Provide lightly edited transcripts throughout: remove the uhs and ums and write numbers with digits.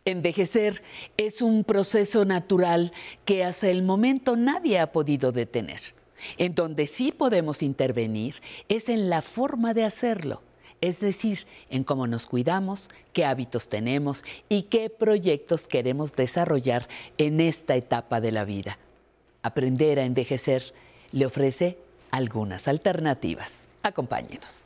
Envejecer es un proceso natural que hasta el momento nadie ha podido detener. En donde sí podemos intervenir es en la forma de hacerlo, es decir, en cómo nos cuidamos, qué hábitos tenemos y qué proyectos queremos desarrollar en esta etapa de la vida. Aprender a envejecer le ofrece algunas alternativas. Acompáñenos.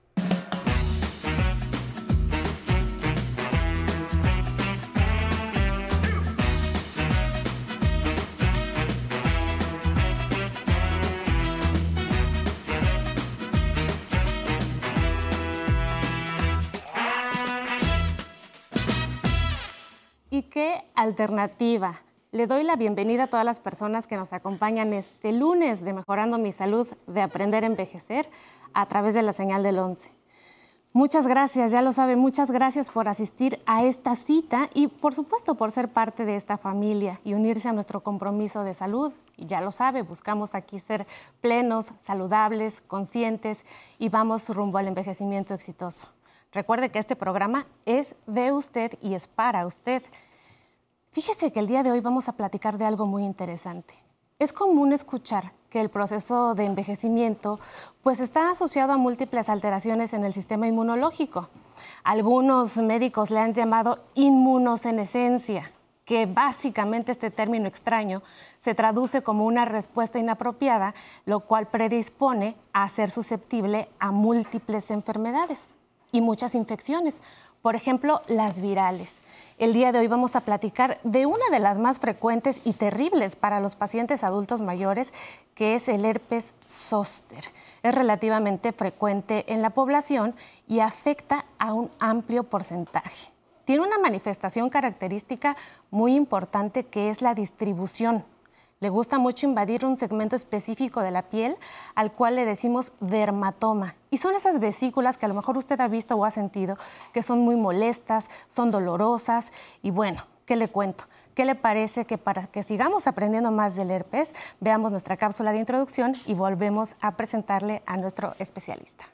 ¿Y qué alternativa? Le doy la bienvenida a todas las personas que nos acompañan este lunes de Mejorando mi Salud, de Aprender a Envejecer, a través de la señal del 11. Muchas gracias, ya lo sabe, muchas gracias por asistir a esta cita y, por supuesto, por ser parte de esta familia y unirse a nuestro compromiso de salud. Y ya lo sabe, buscamos aquí ser plenos, saludables, conscientes y vamos rumbo al envejecimiento exitoso. Recuerde que este programa es de usted y es para usted. Fíjese que el día de hoy vamos a platicar de algo muy interesante. Es común escuchar que el proceso de envejecimiento pues está asociado a múltiples alteraciones en el sistema inmunológico. Algunos médicos le han llamado inmunosenescencia, que básicamente este término extraño se traduce como una respuesta inapropiada, lo cual predispone a ser susceptible a múltiples enfermedades y muchas infecciones, por ejemplo, las virales. El día de hoy vamos a platicar de una de las más frecuentes y terribles para los pacientes adultos mayores, que es el herpes zóster. Es relativamente frecuente en la población y afecta a un amplio porcentaje. Tiene una manifestación característica muy importante, que es la distribución. Le gusta mucho invadir un segmento específico de la piel, al cual le decimos dermatoma. Y son esas vesículas que a lo mejor usted ha visto o ha sentido, que son muy molestas, son dolorosas. Y bueno, ¿qué le cuento? ¿Qué le parece que para que sigamos aprendiendo más del herpes, veamos nuestra cápsula de introducción y volvemos a presentarle a nuestro especialista?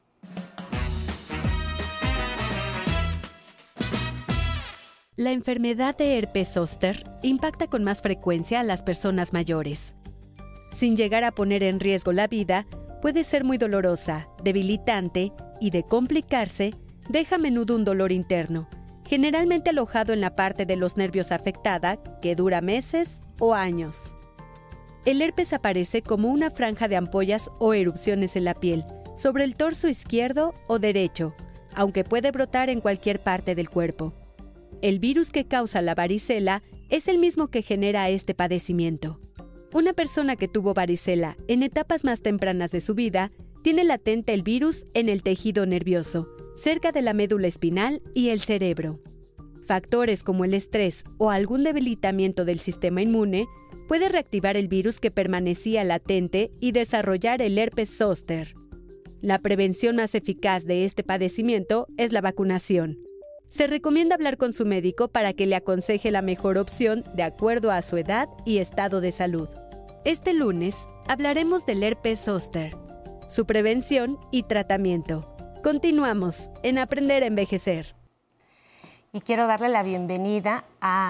La enfermedad de herpes zóster impacta con más frecuencia a las personas mayores. Sin llegar a poner en riesgo la vida, puede ser muy dolorosa, debilitante y, de complicarse, deja a menudo un dolor interno, generalmente alojado en la parte de los nervios afectada, que dura meses o años. El herpes aparece como una franja de ampollas o erupciones en la piel, sobre el torso izquierdo o derecho, aunque puede brotar en cualquier parte del cuerpo. El virus que causa la varicela es el mismo que genera este padecimiento. Una persona que tuvo varicela en etapas más tempranas de su vida tiene latente el virus en el tejido nervioso, cerca de la médula espinal y el cerebro. Factores como el estrés o algún debilitamiento del sistema inmune puede reactivar el virus que permanecía latente y desarrollar el herpes zóster. La prevención más eficaz de este padecimiento es la vacunación. Se recomienda hablar con su médico para que le aconseje la mejor opción de acuerdo a su edad y estado de salud. Este lunes hablaremos del herpes zóster, su prevención y tratamiento. Continuamos en Aprender a Envejecer. Y quiero darle la bienvenida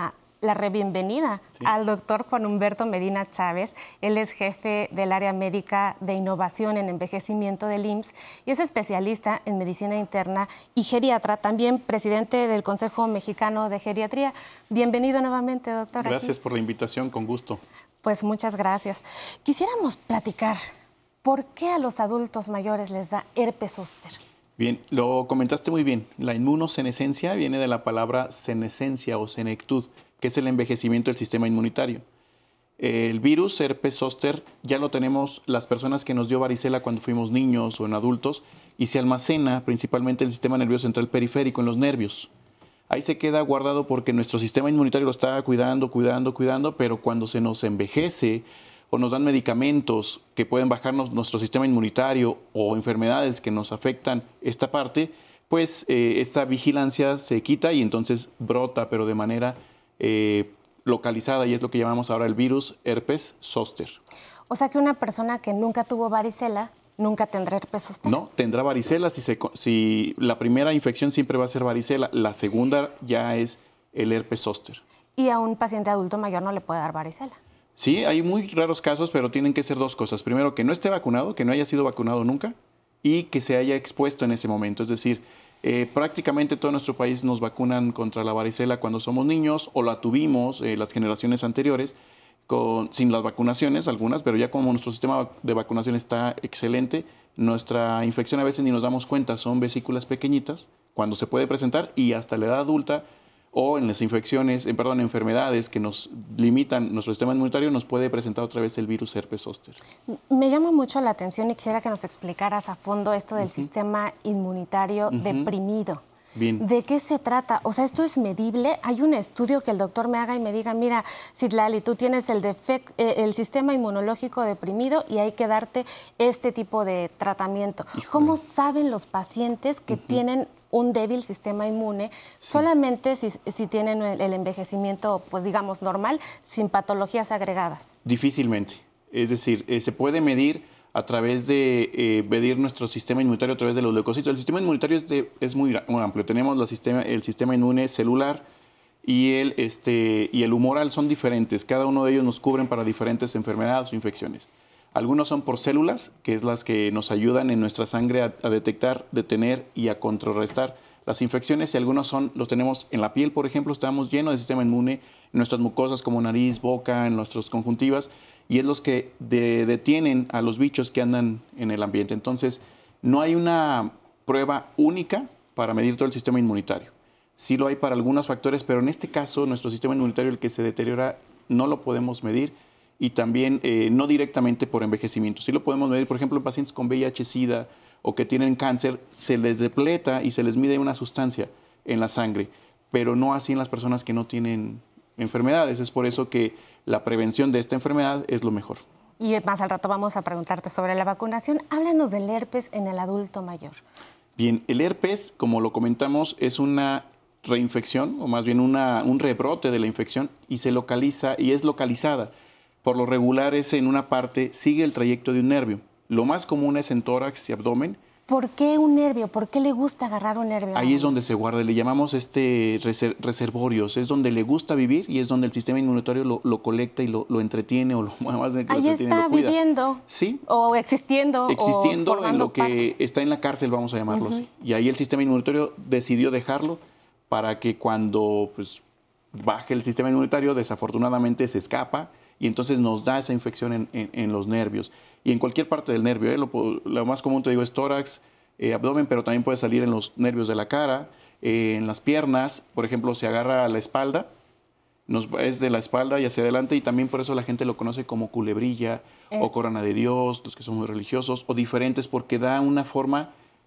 al doctor Juan Humberto Medina Chávez. Él es jefe del área médica de innovación en envejecimiento del IMSS y es especialista en medicina interna y geriatra, también presidente del Consejo Mexicano de Geriatría. Bienvenido nuevamente, doctor. Gracias por la invitación, con gusto. Pues muchas gracias. Quisiéramos platicar, ¿por qué a los adultos mayores les da herpes zóster? Bien, lo comentaste muy bien. La inmunosenescencia viene de la palabra senescencia o senectud, que es el envejecimiento del sistema inmunitario. El virus herpes zóster ya lo tenemos las personas que nos dio varicela cuando fuimos niños o en adultos y se almacena principalmente en el sistema nervioso central periférico, en los nervios. Ahí se queda guardado porque nuestro sistema inmunitario lo está cuidando, pero cuando se nos envejece o nos dan medicamentos que pueden bajarnos nuestro sistema inmunitario o enfermedades que nos afectan esta parte, pues esta vigilancia se quita y entonces brota, pero de manera localizada, y es lo que llamamos ahora el virus herpes zóster. O sea que una persona que nunca tuvo varicela nunca tendrá herpes zóster. No, tendrá varicela si la primera infección siempre va a ser varicela, la segunda ya es el herpes zóster. ¿Y a un paciente adulto mayor no le puede dar varicela? Sí, hay muy raros casos, pero tienen que ser dos cosas. Primero, que no esté vacunado, que no haya sido vacunado nunca, y que se haya expuesto en ese momento. Es decir, prácticamente todo nuestro país nos vacunan contra la varicela cuando somos niños, o la tuvimos las generaciones anteriores, sin las vacunaciones, algunas, pero ya como nuestro sistema de vacunación está excelente, nuestra infección a veces ni nos damos cuenta, son vesículas pequeñitas, cuando se puede presentar, y hasta la edad adulta, o en las enfermedades que nos limitan nuestro sistema inmunitario, nos puede presentar otra vez el virus herpes zóster. Me llama mucho la atención y quisiera que nos explicaras a fondo esto del sistema inmunitario deprimido. Bien. ¿De qué se trata? O sea, ¿esto es medible? ¿Hay un estudio que el doctor me haga y me diga, mira, Citlali, tú tienes el sistema inmunológico deprimido y hay que darte este tipo de tratamiento? Híjole. ¿Cómo saben los pacientes que tienen un débil sistema inmune solamente si tienen el envejecimiento, pues digamos, normal, sin patologías agregadas? Difícilmente. Es decir, se puede medir a través de medir nuestro sistema inmunitario a través de los leucocitos. El sistema inmunitario es muy amplio. Tenemos el sistema inmune celular y el humoral, son diferentes. Cada uno de ellos nos cubren para diferentes enfermedades o infecciones. Algunos son por células, que es las que nos ayudan en nuestra sangre a detectar, detener y a contrarrestar las infecciones, y algunos los tenemos en la piel, por ejemplo, estamos llenos de sistema inmune, en nuestras mucosas como nariz, boca, en nuestras conjuntivas, y es los que detienen a los bichos que andan en el ambiente. Entonces, no hay una prueba única para medir todo el sistema inmunitario. Sí lo hay para algunos factores, pero en este caso, nuestro sistema inmunitario, el que se deteriora, no lo podemos medir, y también no directamente por envejecimiento. Sí lo podemos medir, por ejemplo, en pacientes con VIH-Sida o que tienen cáncer, se les depleta y se les mide una sustancia en la sangre, pero no así en las personas que no tienen enfermedades. Es por eso que la prevención de esta enfermedad es lo mejor. Y más al rato vamos a preguntarte sobre la vacunación. Háblanos del herpes en el adulto mayor. Bien, el herpes, como lo comentamos, es una reinfección, o más bien un rebrote de la infección, y se localiza y es localizada. Por lo regular es en una parte, sigue el trayecto de un nervio. Lo más común es en tórax y abdomen. ¿Por qué un nervio? ¿Por qué le gusta agarrar un nervio? Ahí es donde se guarda, le llamamos reservorios, es donde le gusta vivir y es donde el sistema inmunitario lo colecta y lo entretiene, o lo más de que ahí lo entretiene, está lo cuida. viviendo. Sí. O existiendo. Existiendo o en lo que parte. está en la cárcel, vamos a llamarlo así. Y ahí el sistema inmunitario decidió dejarlo para que cuando baje el sistema inmunitario, desafortunadamente se escapa, y entonces nos da esa infección en los nervios. Y en cualquier parte del nervio, lo más común, te digo, es tórax, abdomen, pero también puede salir en los nervios de la cara, en las piernas. Por ejemplo, se agarra a la espalda, es de la espalda y hacia adelante, y también por eso la gente lo conoce como culebrilla o corona de Dios, los que son muy religiosos, o diferentes, porque da una forma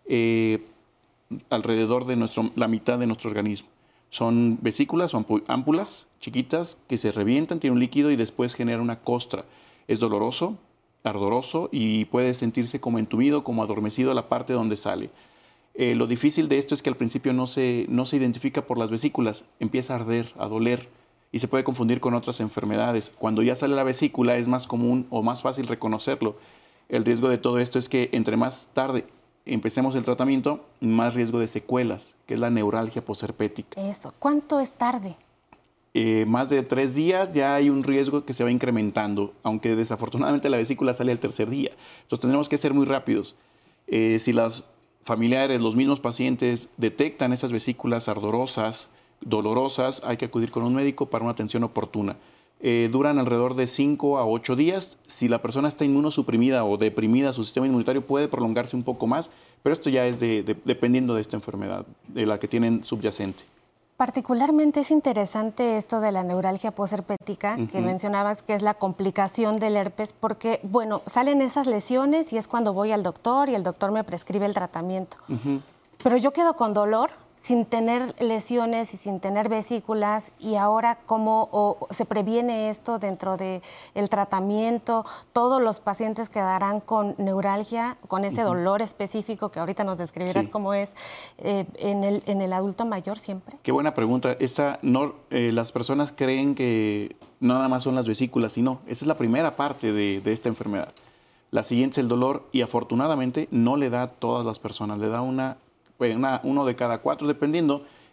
alrededor de la mitad de nuestro organismo. Son vesículas, son ámpulas chiquitas que se revientan, tiene un líquido y después genera una costra. Es doloroso, ardoroso y puede sentirse como entumido, como adormecido la parte donde sale. Lo difícil de esto es que al principio no se identifica por las vesículas, empieza a arder, a doler y se puede confundir con otras enfermedades. Cuando ya sale la vesícula es más común o más fácil reconocerlo. El riesgo de todo esto es que entre más tarde empecemos el tratamiento, más riesgo de secuelas, que es la neuralgia posherpética. Eso. ¿Cuánto es tarde? Más de 3 días ya hay un riesgo que se va incrementando, aunque desafortunadamente la vesícula sale al tercer día. Entonces tendremos que ser muy rápidos. Si los familiares, los mismos pacientes detectan esas vesículas ardorosas, dolorosas, hay que acudir con un médico para una atención oportuna. Duran alrededor de 5 a 8 días. Si la persona está inmunosuprimida o deprimida, su sistema inmunitario puede prolongarse un poco más, pero esto ya es dependiendo de esta enfermedad, de la que tienen subyacente. Particularmente es interesante esto de la neuralgia posherpética que mencionabas, que es la complicación del herpes, porque, bueno, salen esas lesiones y es cuando voy al doctor y el doctor me prescribe el tratamiento. Pero yo quedo con dolor sin tener lesiones y sin tener vesículas, y ahora cómo se previene esto dentro del tratamiento. Todos los pacientes quedarán con neuralgia, con ese dolor específico que ahorita nos describirás cómo es en el adulto mayor siempre. Qué buena pregunta. Las personas creen que no nada más son las vesículas, sino esa es la primera parte de esta enfermedad. La siguiente es el dolor, y afortunadamente no le da a todas las personas, le da uno de cada 4, dependiendo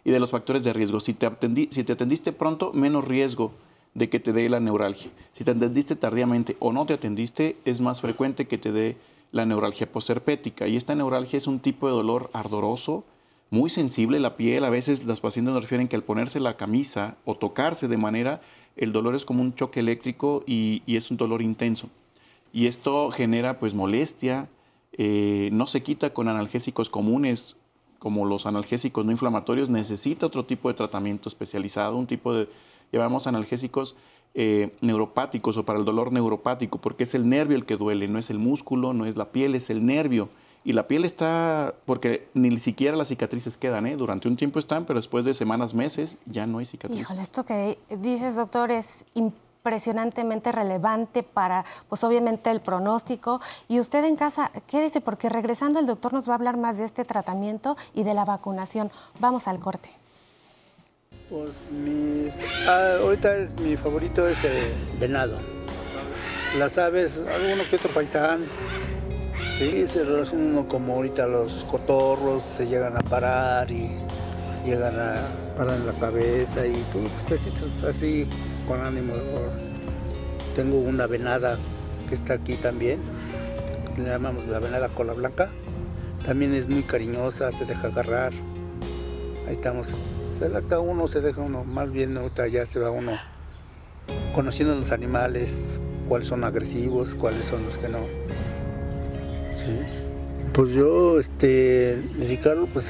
y de los factores de riesgo. Si te atendiste pronto, menos riesgo de que te dé la neuralgia. Si te atendiste tardíamente o no te atendiste, es más frecuente que te dé la neuralgia posherpética. Y esta neuralgia es un tipo de dolor ardoroso, muy sensible la piel. A veces las pacientes nos refieren que al ponerse la camisa o tocarse de manera, el dolor es como un choque eléctrico y es un dolor intenso. Y esto genera pues molestia, no se quita con analgésicos comunes como los analgésicos no inflamatorios, necesita otro tipo de tratamiento especializado, un tipo de, llamamos analgésicos neuropáticos o para el dolor neuropático, porque es el nervio el que duele, no es el músculo, no es la piel, es el nervio. Y la piel está, porque ni siquiera las cicatrices quedan, durante un tiempo están, pero después de semanas, meses, ya no hay cicatrices. Híjole, esto que dices, doctor, es impresionantemente relevante para, pues obviamente, el pronóstico. Y usted en casa, quédese, porque regresando el doctor nos va a hablar más de este tratamiento y de la vacunación. Vamos al corte. Pues ahorita mi favorito es el venado. Las aves, alguno que otro faisán. Sí, se relaciona uno como ahorita los cotorros, se llegan a parar y llegan a parar en la cabeza y todos los pecitos así con ánimo. Tengo una venada que está aquí también, le llamamos la venada cola blanca. También es muy cariñosa, se deja agarrar. Ahí estamos. Se deja uno, más bien ahorita ya se va uno conociendo los animales, cuáles son agresivos, cuáles son los que no. Sí. Pues yo, dedicarlo, pues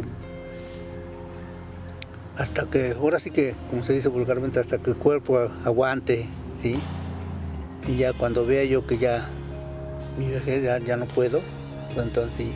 hasta que, ahora sí que, como se dice vulgarmente, hasta que el cuerpo aguante, ¿sí? Y ya cuando vea yo que ya mi vejez ya no puedo, pues entonces sí.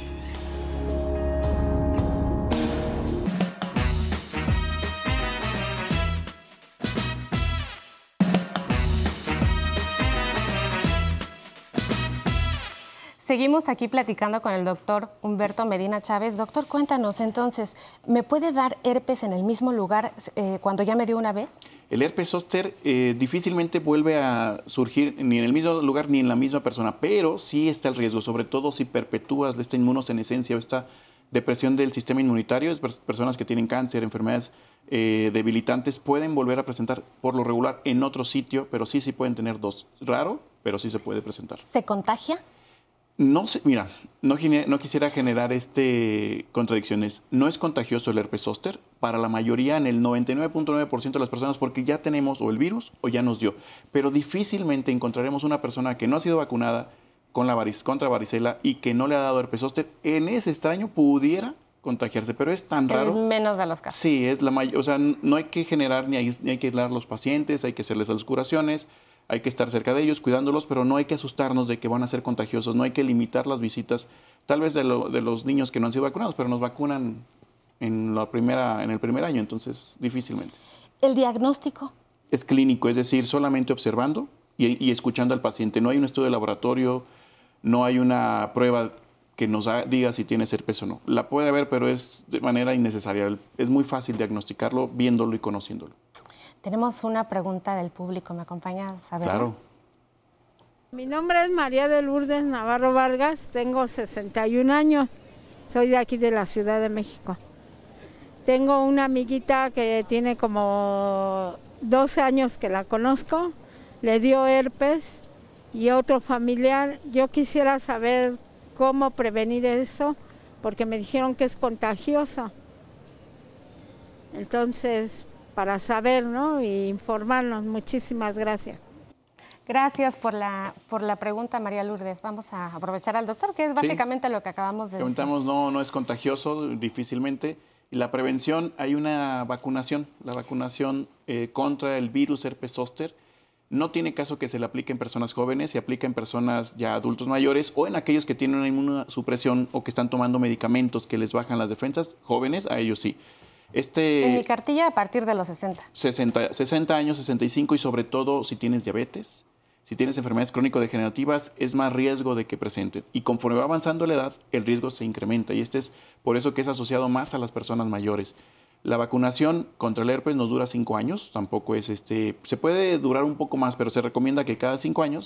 Seguimos aquí platicando con el doctor Humberto Medina Chávez. Doctor, cuéntanos entonces, ¿me puede dar herpes en el mismo lugar cuando ya me dio una vez? El herpes zóster difícilmente vuelve a surgir ni en el mismo lugar ni en la misma persona, pero sí está el riesgo, sobre todo si perpetúas esta inmunosenescencia o esta depresión del sistema inmunitario. Personas que tienen cáncer, enfermedades debilitantes, pueden volver a presentar por lo regular en otro sitio, pero sí pueden tener dos. Raro, pero sí se puede presentar. ¿Se contagia? No sé, mira, no quisiera generar contradicciones. No es contagioso el herpes zóster para la mayoría, en el 99.9% de las personas, porque ya tenemos o el virus o ya nos dio. Pero difícilmente encontraremos una persona que no ha sido vacunada contra varicela y que no le ha dado herpes zóster. En ese extraño pudiera contagiarse, pero es tan raro. Menos de los casos. Sí, o sea, no hay que generar ni hay que aislar a los pacientes, hay que hacerles las curaciones. Hay que estar cerca de ellos, cuidándolos, pero no hay que asustarnos de que van a ser contagiosos. No hay que limitar las visitas, tal vez de los niños que no han sido vacunados, pero nos vacunan en el primer año, entonces difícilmente. ¿El diagnóstico? Es clínico, es decir, solamente observando y escuchando al paciente. No hay un estudio de laboratorio, no hay una prueba que nos diga si tienes herpes o no. La puede haber, pero es de manera innecesaria. Es muy fácil diagnosticarlo viéndolo y conociéndolo. Tenemos una pregunta del público, ¿me acompañas a verla? Claro. Mi nombre es María de Lourdes Navarro Vargas, tengo 61 años, soy de aquí de la Ciudad de México. Tengo una amiguita que tiene como 12 años que la conozco, le dio herpes y otro familiar. Yo quisiera saber cómo prevenir eso, porque me dijeron que es contagioso. Entonces, para saber, ¿no? Y informarnos. Muchísimas gracias. Gracias por la pregunta, María Lourdes. Vamos a aprovechar al doctor, que es básicamente lo que acabamos de decir. Comentamos, no es contagioso, difícilmente. Y la prevención, hay una vacunación. La vacunación contra el virus herpes zóster no tiene caso que se le aplique en personas jóvenes, se aplica en personas ya adultos mayores o en aquellos que tienen una inmunosupresión o que están tomando medicamentos que les bajan las defensas. Jóvenes, a ellos sí. En mi cartilla a partir de los 60. 60 años, 65 y sobre todo si tienes diabetes, si tienes enfermedades crónico-degenerativas, es más riesgo de que presenten. Y conforme va avanzando la edad, el riesgo se incrementa y es por eso que es asociado más a las personas mayores. La vacunación contra el herpes nos dura 5 años, tampoco es se puede durar un poco más, pero se recomienda que cada 5 años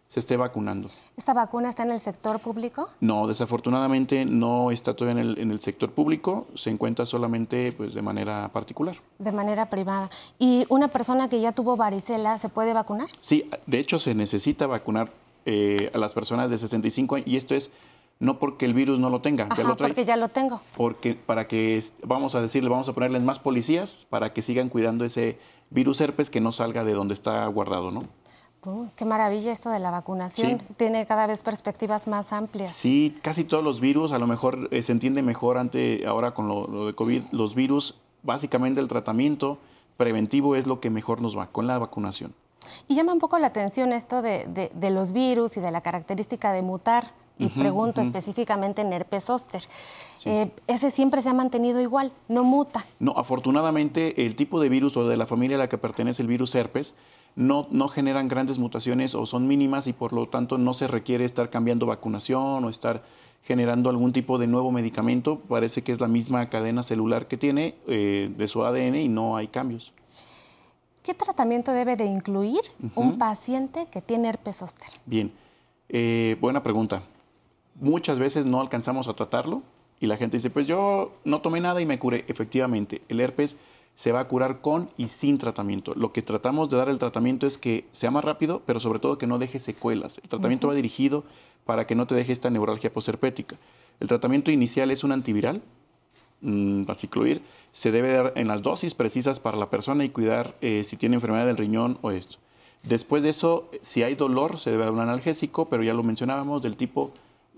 se esté vacunando. ¿Esta vacuna está en el sector público? No, desafortunadamente no está todavía en el sector público, se encuentra solamente pues, de manera particular. De manera privada. ¿Y una persona que ya tuvo varicela se puede vacunar? Sí, de hecho se necesita vacunar a las personas de 65 años, y esto es no porque el virus no lo tenga, Ajá, ya lo trae. porque ya lo tengo. Porque para que, vamos a ponerles más policías para que sigan cuidando ese virus herpes que no salga de donde está guardado, ¿no? Qué maravilla esto de la vacunación. Sí. Tiene cada vez perspectivas más amplias. Sí, casi todos los virus, a lo mejor se entiende mejor ahora con lo de COVID, los virus, básicamente el tratamiento preventivo es lo que mejor nos va, con la vacunación. Y llama un poco la atención esto de los virus y de la característica de mutar. Y pregunto específicamente en herpes zóster. Sí. ¿Ese siempre se ha mantenido igual? ¿No muta? No, afortunadamente el tipo de virus o de la familia a la que pertenece el virus herpes no generan grandes mutaciones o son mínimas y por lo tanto no se requiere estar cambiando vacunación o estar generando algún tipo de nuevo medicamento. Parece que es la misma cadena celular que tiene de su ADN y no hay cambios. ¿Qué tratamiento debe de incluir un paciente que tiene herpes zóster? Bien, buena pregunta. Muchas veces no alcanzamos a tratarlo y la gente dice, pues yo no tomé nada y me curé. Efectivamente, el herpes se va a curar con y sin tratamiento. Lo que tratamos de dar el tratamiento es que sea más rápido, pero sobre todo que no deje secuelas. El tratamiento va dirigido para que no te deje esta neuralgia posherpética. El tratamiento inicial es un antiviral, aciclovir. Se debe dar en las dosis precisas para la persona y cuidar si tiene enfermedad del riñón o esto. Después de eso, si hay dolor, se debe dar un analgésico, pero ya lo mencionábamos, del tipo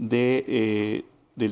de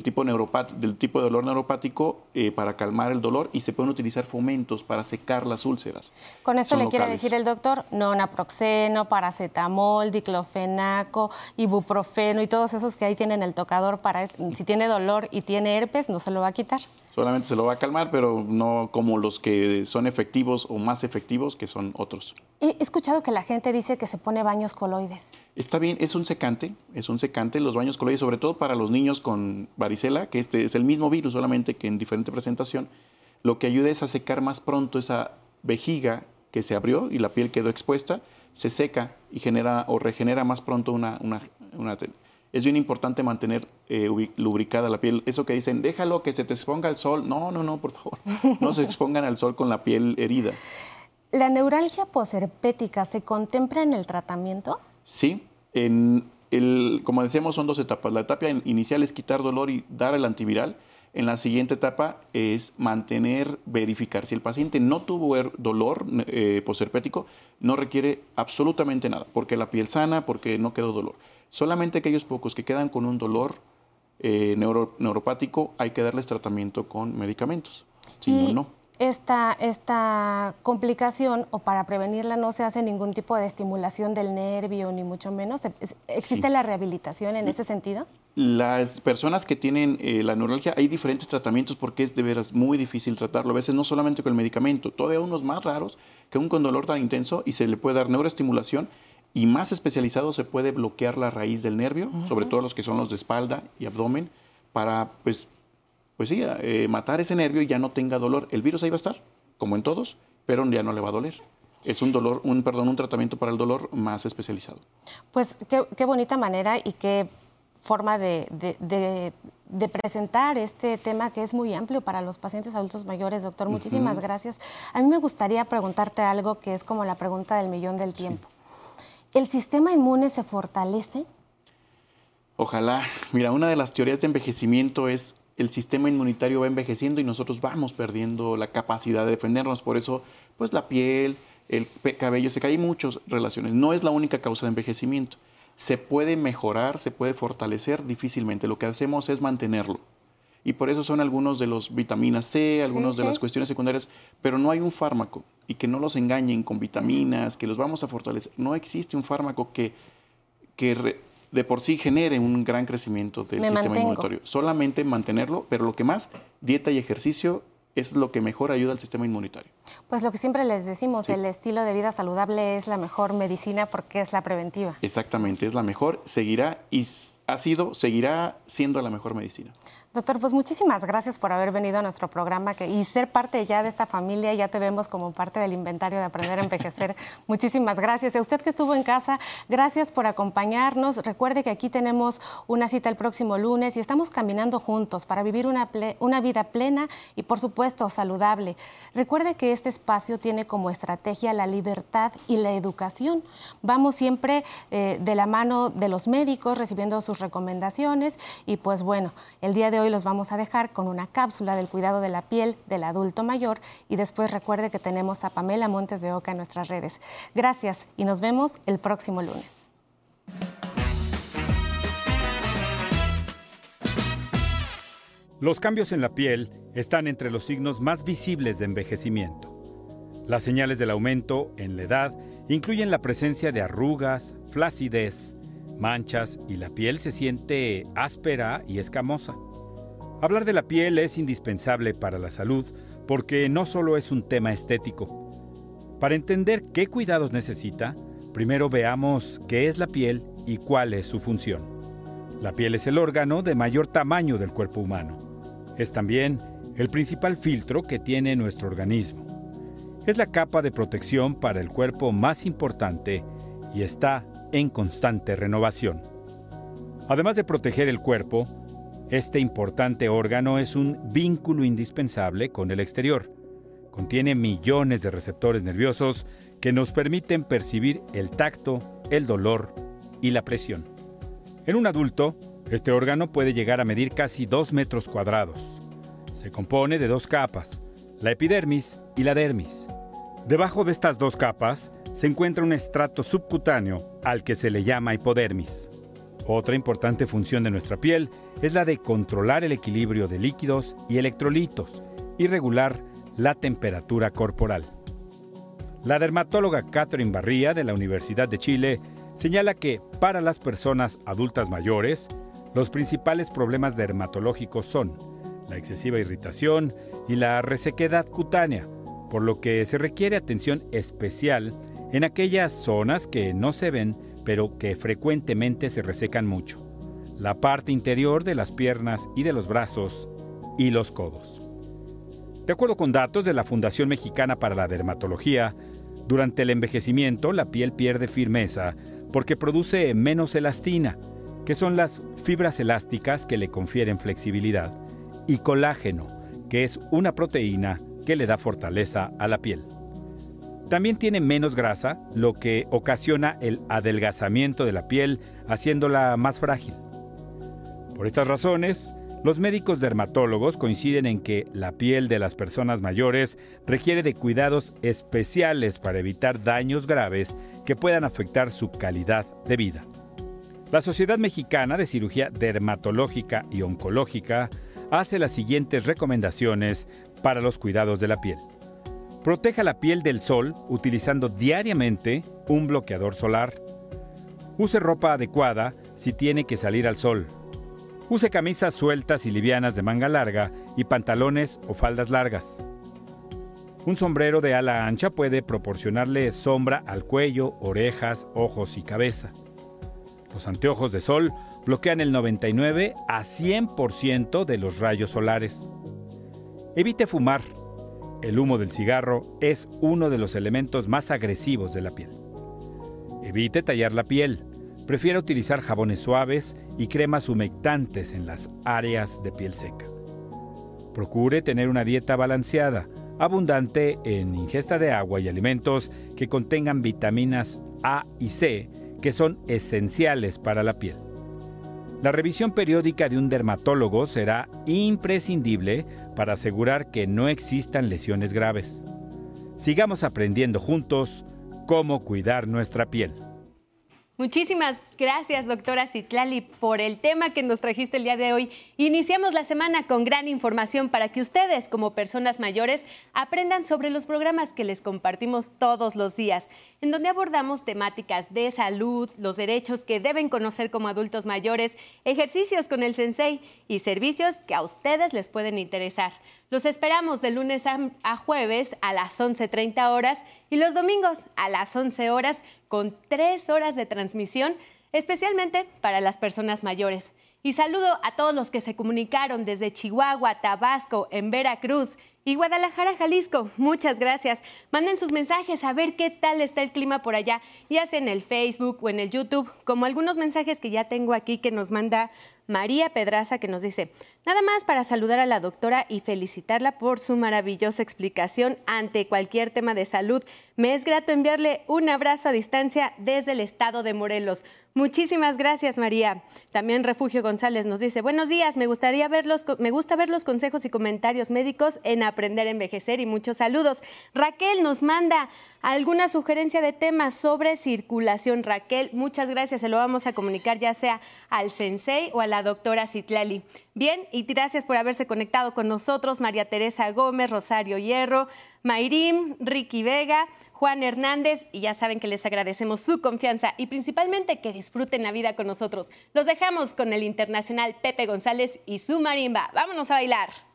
dolor neuropático para calmar el dolor, y se pueden utilizar fomentos para secar las úlceras. Con esto le quiere decir el doctor, no naproxeno, paracetamol, diclofenaco, ibuprofeno y todos esos que ahí tienen el tocador para si tiene dolor y tiene herpes, no se lo va a quitar. Solamente se lo va a calmar, pero no como los que son efectivos o más efectivos, que son otros. He escuchado que la gente dice que se pone baños coloides. Está bien, es un secante, los baños coloides, sobre todo para los niños con varicela, que este es el mismo virus, solamente que en diferente presentación. Lo que ayuda es a secar más pronto esa vejiga que se abrió y la piel quedó expuesta, se seca y genera o regenera más pronto una Es bien importante mantener lubricada la piel. Eso que dicen, déjalo que se te exponga al sol. No, por favor. No se expongan al sol con la piel herida. ¿La neuralgia posherpética se contempla en el tratamiento? Sí. Como decíamos, son dos etapas. La etapa inicial es quitar dolor y dar el antiviral. En la siguiente etapa es verificar. Si el paciente no tuvo dolor posherpético, no requiere absolutamente nada, porque la piel sana, porque no quedó dolor. Solamente aquellos pocos que quedan con un dolor neuropático, hay que darles tratamiento con medicamentos. Si no, no. Esta complicación, o para prevenirla, no se hace ningún tipo de estimulación del nervio, ni mucho menos. ¿Existe la rehabilitación en ese sentido? Las personas que tienen la neuralgia, hay diferentes tratamientos porque es de veras muy difícil tratarlo. A veces no solamente con el medicamento, todavía unos más raros que aún con dolor tan intenso, y se le puede dar neuroestimulación, y más especializado se puede bloquear la raíz del nervio, sobre todo los que son los de espalda y abdomen, para matar ese nervio y ya no tenga dolor. El virus ahí va a estar, como en todos, pero ya no le va a doler. Es un tratamiento para el dolor más especializado. Pues qué bonita manera y qué forma de presentar este tema que es muy amplio para los pacientes adultos mayores, doctor. Muchísimas gracias. A mí me gustaría preguntarte algo que es como la pregunta del millón del tiempo. Sí. ¿El sistema inmune se fortalece? Ojalá. Mira, una de las teorías de envejecimiento es el sistema inmunitario va envejeciendo y nosotros vamos perdiendo la capacidad de defendernos. Por eso, pues la piel, el cabello se cae, hay muchas relaciones. No es la única causa de envejecimiento. Se puede mejorar, se puede fortalecer difícilmente. Lo que hacemos es mantenerlo. Y por eso son algunos de los vitaminas C, algunos de las cuestiones secundarias, pero no hay un fármaco. Y que no los engañen con vitaminas, que los vamos a fortalecer. No existe un fármaco que de por sí genere un gran crecimiento del sistema inmunitario. Solamente mantenerlo, pero lo que más, dieta y ejercicio, es lo que mejor ayuda al sistema inmunitario. Pues lo que siempre les decimos, Sí. el estilo de vida saludable es la mejor medicina porque es la preventiva. Exactamente, es la mejor, seguirá siendo la mejor medicina. Doctor, pues muchísimas gracias por haber venido a nuestro programa y ser parte ya de esta familia. Ya te vemos como parte del inventario de Aprender a Envejecer. Muchísimas gracias. Y a usted que estuvo en casa, gracias por acompañarnos. Recuerde que aquí tenemos una cita el próximo lunes y estamos caminando juntos para vivir una vida plena y, por supuesto, saludable. Recuerde que este espacio tiene como estrategia la libertad y la educación. Vamos siempre de la mano de los médicos recibiendo sus recomendaciones y, pues bueno, el día de hoy los vamos a dejar con una cápsula del cuidado de la piel del adulto mayor y después recuerde que tenemos a Pamela Montes de Oca en nuestras redes. Gracias y nos vemos el próximo lunes. Los cambios en la piel están entre los signos más visibles de envejecimiento. Las señales del aumento en la edad incluyen la presencia de arrugas, flacidez, manchas y la piel se siente áspera y escamosa. Hablar de la piel es indispensable para la salud porque no solo es un tema estético. Para entender qué cuidados necesita, primero veamos qué es la piel y cuál es su función. La piel es el órgano de mayor tamaño del cuerpo humano. Es también el principal filtro que tiene nuestro organismo. Es la capa de protección para el cuerpo más importante y está en constante renovación. Además de proteger el cuerpo, este importante órgano es un vínculo indispensable con el exterior. Contiene millones de receptores nerviosos que nos permiten percibir el tacto, el dolor y la presión. En un adulto, este órgano puede llegar a medir casi 2 metros cuadrados. Se compone de 2 capas, la epidermis y la dermis. Debajo de estas 2 capas se encuentra un estrato subcutáneo al que se le llama hipodermis. Otra importante función de nuestra piel es la de controlar el equilibrio de líquidos y electrolitos y regular la temperatura corporal. La dermatóloga Catherine Barría de la Universidad de Chile señala que para las personas adultas mayores, los principales problemas dermatológicos son la excesiva irritación y la resequedad cutánea, por lo que se requiere atención especial en aquellas zonas que no se ven pero que frecuentemente se resecan mucho: la parte interior de las piernas y de los brazos y los codos. De acuerdo con datos de la Fundación Mexicana para la Dermatología, durante el envejecimiento la piel pierde firmeza porque produce menos elastina, que son las fibras elásticas que le confieren flexibilidad, y colágeno, que es una proteína que le da fortaleza a la piel. También tiene menos grasa, lo que ocasiona el adelgazamiento de la piel, haciéndola más frágil. Por estas razones, los médicos dermatólogos coinciden en que la piel de las personas mayores requiere de cuidados especiales para evitar daños graves que puedan afectar su calidad de vida. La Sociedad Mexicana de Cirugía Dermatológica y Oncológica hace las siguientes recomendaciones para los cuidados de la piel. Proteja la piel del sol utilizando diariamente un bloqueador solar. Use ropa adecuada si tiene que salir al sol. Use camisas sueltas y livianas de manga larga y pantalones o faldas largas. Un sombrero de ala ancha puede proporcionarle sombra al cuello, orejas, ojos y cabeza. Los anteojos de sol bloquean el 99 a 100% de los rayos solares. Evite fumar. El humo del cigarro es uno de los elementos más agresivos de la piel. Evite tallar la piel. Prefiera utilizar jabones suaves y cremas humectantes en las áreas de piel seca. Procure tener una dieta balanceada, abundante en ingesta de agua y alimentos que contengan vitaminas A y C, que son esenciales para la piel. La revisión periódica de un dermatólogo será imprescindible para asegurar que no existan lesiones graves. Sigamos aprendiendo juntos cómo cuidar nuestra piel. Muchísimas Gracias, doctora Citlali, por el tema que nos trajiste el día de hoy. Iniciamos la semana con gran información para que ustedes, como personas mayores, aprendan sobre los programas que les compartimos todos los días, en donde abordamos temáticas de salud, los derechos que deben conocer como adultos mayores, ejercicios con el Sensei y servicios que a ustedes les pueden interesar. Los esperamos de lunes a jueves a las 11:30 horas y los domingos a las 11 horas con 3 horas de transmisión, especialmente para las personas mayores. Y saludo a todos los que se comunicaron desde Chihuahua, Tabasco, en Veracruz y Guadalajara, Jalisco. Muchas gracias. Manden sus mensajes a ver qué tal está el clima por allá, ya sea en el Facebook o en el YouTube, como algunos mensajes que ya tengo aquí que nos manda María Pedraza, que nos dice: nada más para saludar a la doctora y felicitarla por su maravillosa explicación ante cualquier tema de salud. Me es grato enviarle un abrazo a distancia desde el estado de Morelos. Muchísimas gracias, María. También Refugio González nos dice: buenos días, me gusta ver los consejos y comentarios médicos en Aprender a Envejecer, y muchos saludos. Raquel nos manda alguna sugerencia de temas sobre circulación. Raquel, muchas gracias, se lo vamos a comunicar ya sea al Sensei o a la doctora Citlali. Bien, y gracias por haberse conectado con nosotros, María Teresa Gómez, Rosario Hierro, Mayrim, Ricky Vega, Juan Hernández, y ya saben que les agradecemos su confianza y principalmente que disfruten la vida con nosotros. Los dejamos con el internacional Pepe González y su marimba. ¡Vámonos a bailar!